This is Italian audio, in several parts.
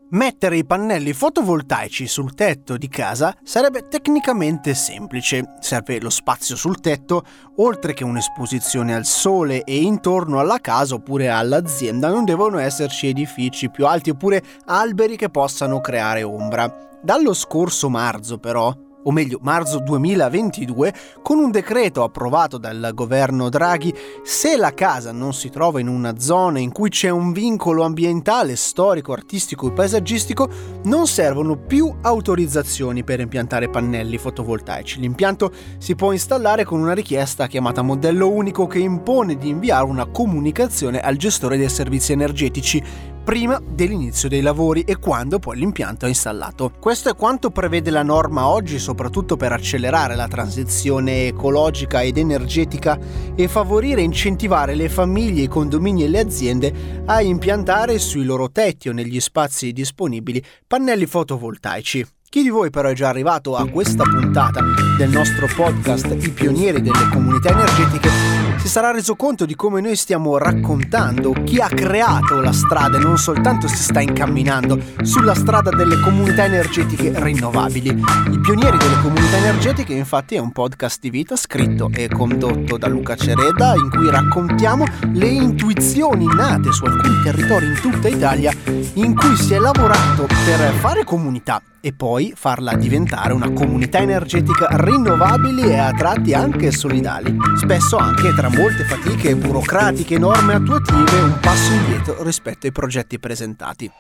Mettere i pannelli fotovoltaici sul tetto di casa sarebbe tecnicamente semplice. Serve lo spazio sul tetto, oltre che un'esposizione al sole, e intorno alla casa oppure all'azienda non devono esserci edifici più alti oppure alberi che possano creare ombra. Dallo scorso marzo però, o meglio marzo 2022, con un decreto approvato dal governo Draghi, se la casa non si trova in una zona in cui c'è un vincolo ambientale, storico, artistico e paesaggistico, non servono più autorizzazioni per impiantare pannelli fotovoltaici. L'impianto si può installare con una richiesta chiamata modello unico, che impone di inviare una comunicazione al gestore dei servizi energetici prima dell'inizio dei lavori e quando poi l'impianto è installato. Questo è quanto prevede la norma oggi, soprattutto per accelerare la transizione ecologica ed energetica e favorire e incentivare le famiglie, i condomini e le aziende a impiantare sui loro tetti o negli spazi disponibili pannelli fotovoltaici. Chi di voi però è già arrivato a questa puntata del nostro podcast I pionieri delle comunità energetiche si sarà reso conto di come noi stiamo raccontando chi ha creato la strada e non soltanto si sta incamminando sulla strada delle comunità energetiche rinnovabili. I pionieri delle comunità energetiche infatti è un podcast di vita scritto e condotto da Luca Cereda, in cui raccontiamo le intuizioni nate su alcuni territori in tutta Italia in cui si è lavorato per fare comunità e poi farla diventare una comunità energetica rinnovabile e a tratti anche solidali, spesso anche tra molte fatiche burocratiche e norme attuative un passo indietro rispetto ai progetti presentati.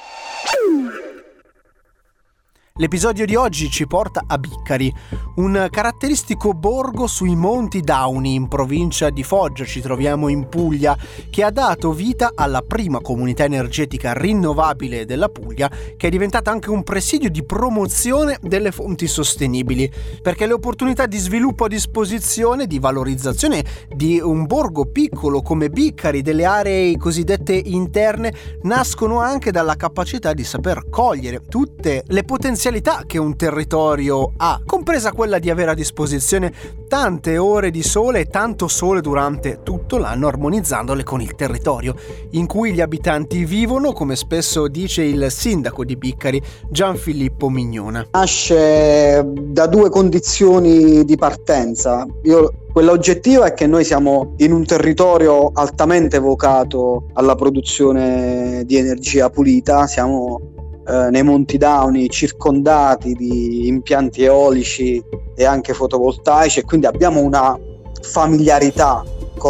L'episodio di oggi ci porta a Biccari, un caratteristico borgo sui Monti Dauni in provincia di Foggia, ci troviamo in Puglia, che ha dato vita alla prima comunità energetica rinnovabile della Puglia, che è diventata anche un presidio di promozione delle fonti sostenibili, perché le opportunità di sviluppo a disposizione, di valorizzazione di un borgo piccolo come Biccari, delle aree cosiddette interne, nascono anche dalla capacità di saper cogliere tutte le potenzialità che un territorio ha, compresa quella di avere a disposizione tante ore di sole e tanto sole durante tutto l'anno, armonizzandole con il territorio in cui gli abitanti vivono, come spesso dice il sindaco di Biccari, Gianfilippo Mignona. Nasce da due condizioni di partenza. Quella oggettiva è che noi siamo in un territorio altamente vocato alla produzione di energia pulita, siamo nei Monti Dauni circondati di impianti eolici e anche fotovoltaici, e quindi abbiamo una familiarità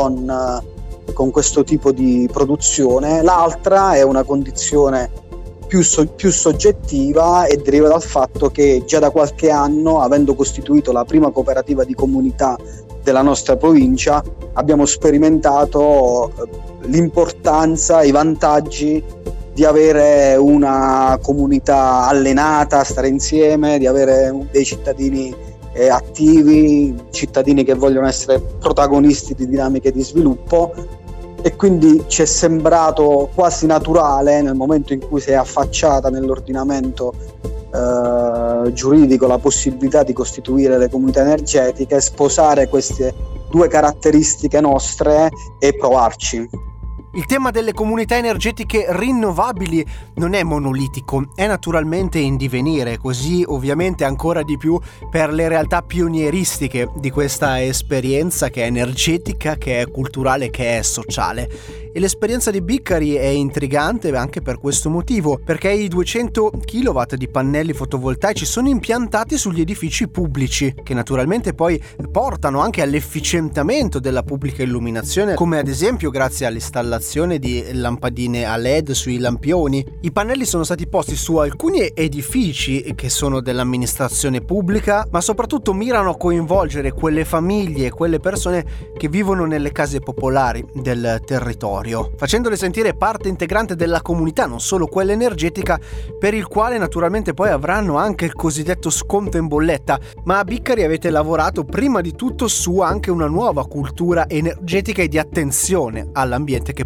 con questo tipo di produzione. L'altra è una condizione più soggettiva e deriva dal fatto che già da qualche anno, avendo costituito la prima cooperativa di comunità della nostra provincia, abbiamo sperimentato l'importanza, i vantaggi di avere una comunità allenata, stare insieme, di avere dei cittadini attivi, cittadini che vogliono essere protagonisti di dinamiche di sviluppo, e quindi ci è sembrato quasi naturale, nel momento in cui si è affacciata nell'ordinamento giuridico la possibilità di costituire le comunità energetiche, sposare queste due caratteristiche nostre e provarci. Il tema delle comunità energetiche rinnovabili non è monolitico, è naturalmente in divenire, così ovviamente ancora di più per le realtà pionieristiche di questa esperienza, che è energetica, che è culturale, che è sociale. E l'esperienza di Biccari è intrigante anche per questo motivo, perché i 200 kW di pannelli fotovoltaici sono impiantati sugli edifici pubblici, che naturalmente poi portano anche all'efficientamento della pubblica illuminazione, come ad esempio grazie all'installazione di lampadine a LED sui lampioni. I pannelli sono stati posti su alcuni edifici che sono dell'amministrazione pubblica, ma soprattutto mirano a coinvolgere quelle famiglie e quelle persone che vivono nelle case popolari del territorio, facendole sentire parte integrante della comunità, non solo quella energetica, per il quale naturalmente poi avranno anche il cosiddetto sconto in bolletta. Ma a Biccari avete lavorato prima di tutto su anche una nuova cultura energetica e di attenzione all'ambiente che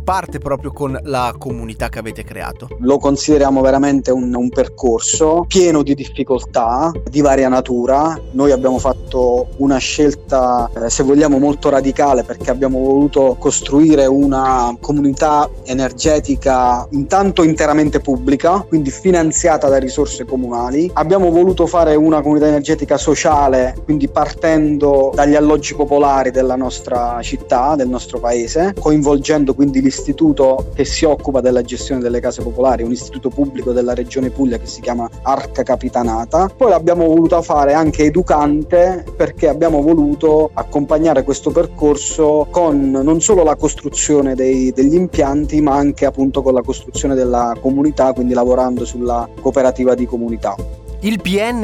parte proprio con la comunità che avete creato? Lo consideriamo veramente un percorso pieno di difficoltà di varia natura. Noi abbiamo fatto una scelta, se vogliamo, molto radicale, perché abbiamo voluto costruire una comunità energetica intanto interamente pubblica, quindi finanziata da risorse comunali. Abbiamo voluto fare una comunità energetica sociale, quindi partendo dagli alloggi popolari della nostra città, del nostro paese, coinvolgendo quindi l'istituto che si occupa della gestione delle case popolari, un istituto pubblico della regione Puglia che si chiama Arca Capitanata. Poi l'abbiamo voluta fare anche educante, perché abbiamo voluto accompagnare questo percorso con non solo la costruzione degli impianti, ma anche appunto con la costruzione della comunità, quindi lavorando sulla cooperativa di comunità. Il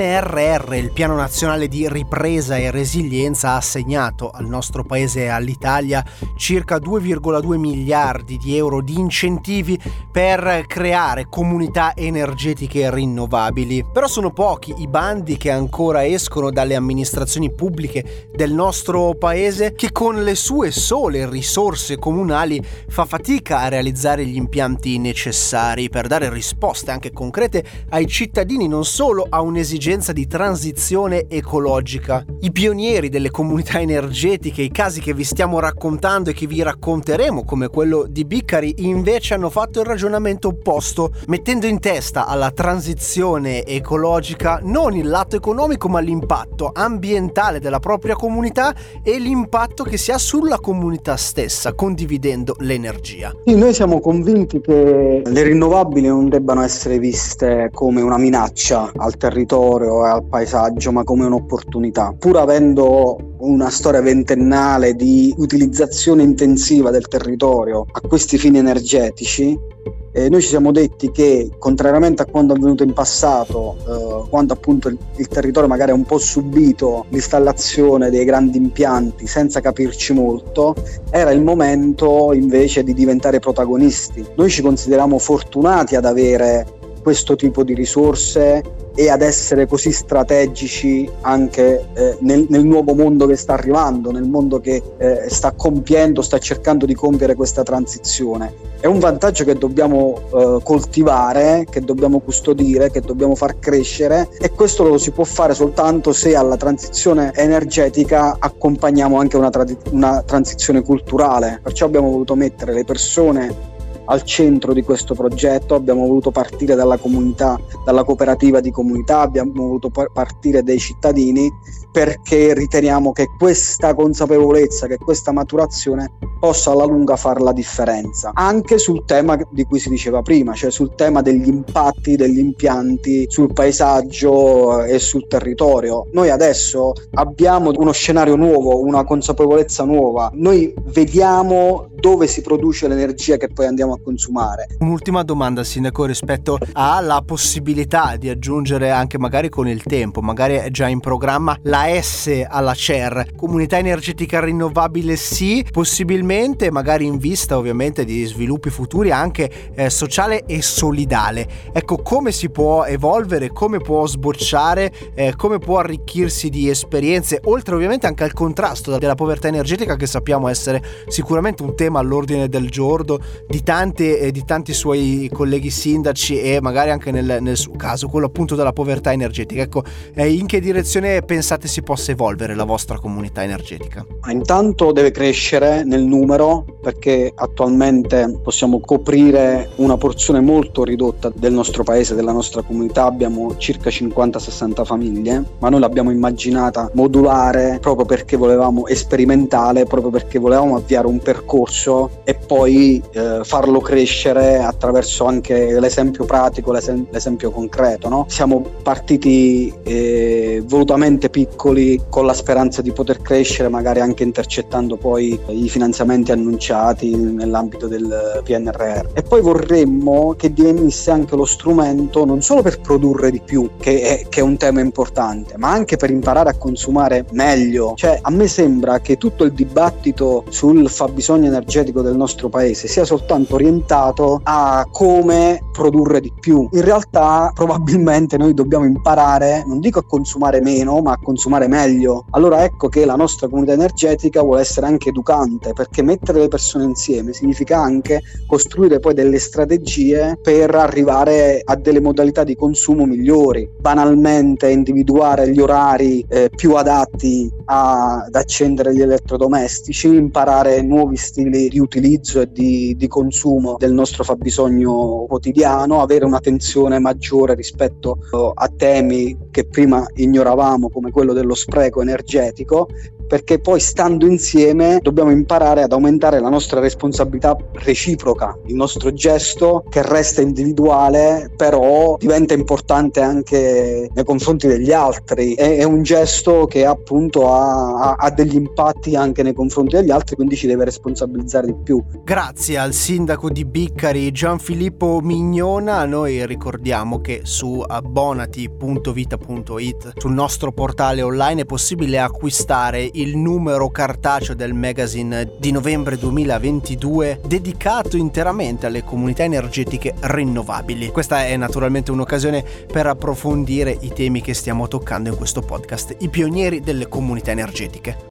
PNRR, il Piano Nazionale di Ripresa e Resilienza, ha assegnato al nostro paese e all'Italia circa 2,2 miliardi di euro di incentivi per creare comunità energetiche rinnovabili. Però sono pochi i bandi che ancora escono dalle amministrazioni pubbliche del nostro paese, che con le sue sole risorse comunali fa fatica a realizzare gli impianti necessari per dare risposte anche concrete ai cittadini, non solo a un'esigenza di transizione ecologica. I pionieri delle comunità energetiche, i casi che vi stiamo raccontando e che vi racconteremo, come quello di Biccari, invece hanno fatto il ragionamento opposto, mettendo in testa alla transizione ecologica non il lato economico, ma l'impatto ambientale della propria comunità e l'impatto che si ha sulla comunità stessa, condividendo l'energia. Sì, noi siamo convinti che le rinnovabili non debbano essere viste come una minaccia al territorio e al paesaggio, ma come un'opportunità. Pur avendo una storia ventennale di utilizzazione intensiva del territorio a questi fini energetici, noi ci siamo detti che, contrariamente a quanto è avvenuto in passato, quando appunto il territorio magari ha un po' subito l'installazione dei grandi impianti senza capirci molto, era il momento invece di diventare protagonisti. Noi ci consideriamo fortunati ad avere questo tipo di risorse e ad essere così strategici anche nel nuovo mondo che sta arrivando, nel mondo che sta cercando di compiere questa transizione. È un vantaggio che dobbiamo coltivare, che dobbiamo custodire, che dobbiamo far crescere, e questo lo si può fare soltanto se alla transizione energetica accompagniamo anche una transizione culturale. Perciò abbiamo voluto mettere le persone al centro di questo progetto, abbiamo voluto partire dalla comunità, dalla cooperativa di comunità, abbiamo voluto partire dai cittadini, perché riteniamo che questa consapevolezza, che questa maturazione possa alla lunga fare la differenza, anche sul tema di cui si diceva prima, cioè sul tema degli impatti degli impianti sul paesaggio e sul territorio. Noi adesso abbiamo uno scenario nuovo, una consapevolezza nuova, noi vediamo dove si produce l'energia che poi andiamo a consumare. Un'ultima domanda, Sindaco, rispetto alla possibilità di aggiungere anche magari con il tempo, magari è già in programma la S alla CER, comunità energetica rinnovabile, sì, possibilmente magari in vista ovviamente di sviluppi futuri anche sociale e solidale. Ecco, come si può evolvere, come può sbocciare, come può arricchirsi di esperienze, oltre ovviamente anche al contrasto della povertà energetica, che sappiamo essere sicuramente un tema all'ordine del giorno di tanti suoi colleghi sindaci, e magari anche nel suo caso quello appunto della povertà energetica. Ecco, in che direzione pensate si possa evolvere la vostra comunità energetica? Intanto deve crescere nel numero, perché attualmente possiamo coprire una porzione molto ridotta del nostro paese, della nostra comunità. Abbiamo circa 50-60 famiglie, ma noi l'abbiamo immaginata modulare proprio perché volevamo sperimentale, proprio perché volevamo avviare un percorso e poi farlo crescere attraverso anche l'esempio pratico, l'esempio concreto, no? Siamo partiti volutamente piccoli, con la speranza di poter crescere, magari anche intercettando poi i finanziamenti annunciati nell'ambito del PNRR, e poi vorremmo che divenisse anche lo strumento non solo per produrre di più, che è un tema importante, ma anche per imparare a consumare meglio. Cioè, a me sembra che tutto il dibattito sul fabbisogno energetico del nostro paese sia soltanto orientato a come produrre di più. In realtà probabilmente noi dobbiamo imparare, non dico a consumare meno, ma a consumare meglio. Allora ecco che la nostra comunità energetica vuole essere anche educante, perché mettere le persone insieme significa anche costruire poi delle strategie per arrivare a delle modalità di consumo migliori. Banalmente individuare gli orari più adatti ad accendere gli elettrodomestici, imparare nuovi stili di utilizzo e di consumo del nostro fabbisogno quotidiano, avere un'attenzione maggiore rispetto a temi che prima ignoravamo, come quello dello spreco energetico, perché poi stando insieme dobbiamo imparare ad aumentare la nostra responsabilità reciproca. Il nostro gesto, che resta individuale, però diventa importante anche nei confronti degli altri. È un gesto che appunto ha degli impatti anche nei confronti degli altri, quindi ci deve responsabilizzare di più. Grazie al sindaco di Biccari Gianfilippo Mignona. Noi ricordiamo che su abbonati.vita.it, sul nostro portale online, è possibile acquistare il numero cartaceo del magazine di novembre 2022 dedicato interamente alle comunità energetiche rinnovabili. Questa è naturalmente un'occasione per approfondire i temi che stiamo toccando in questo podcast, i pionieri delle comunità energetiche.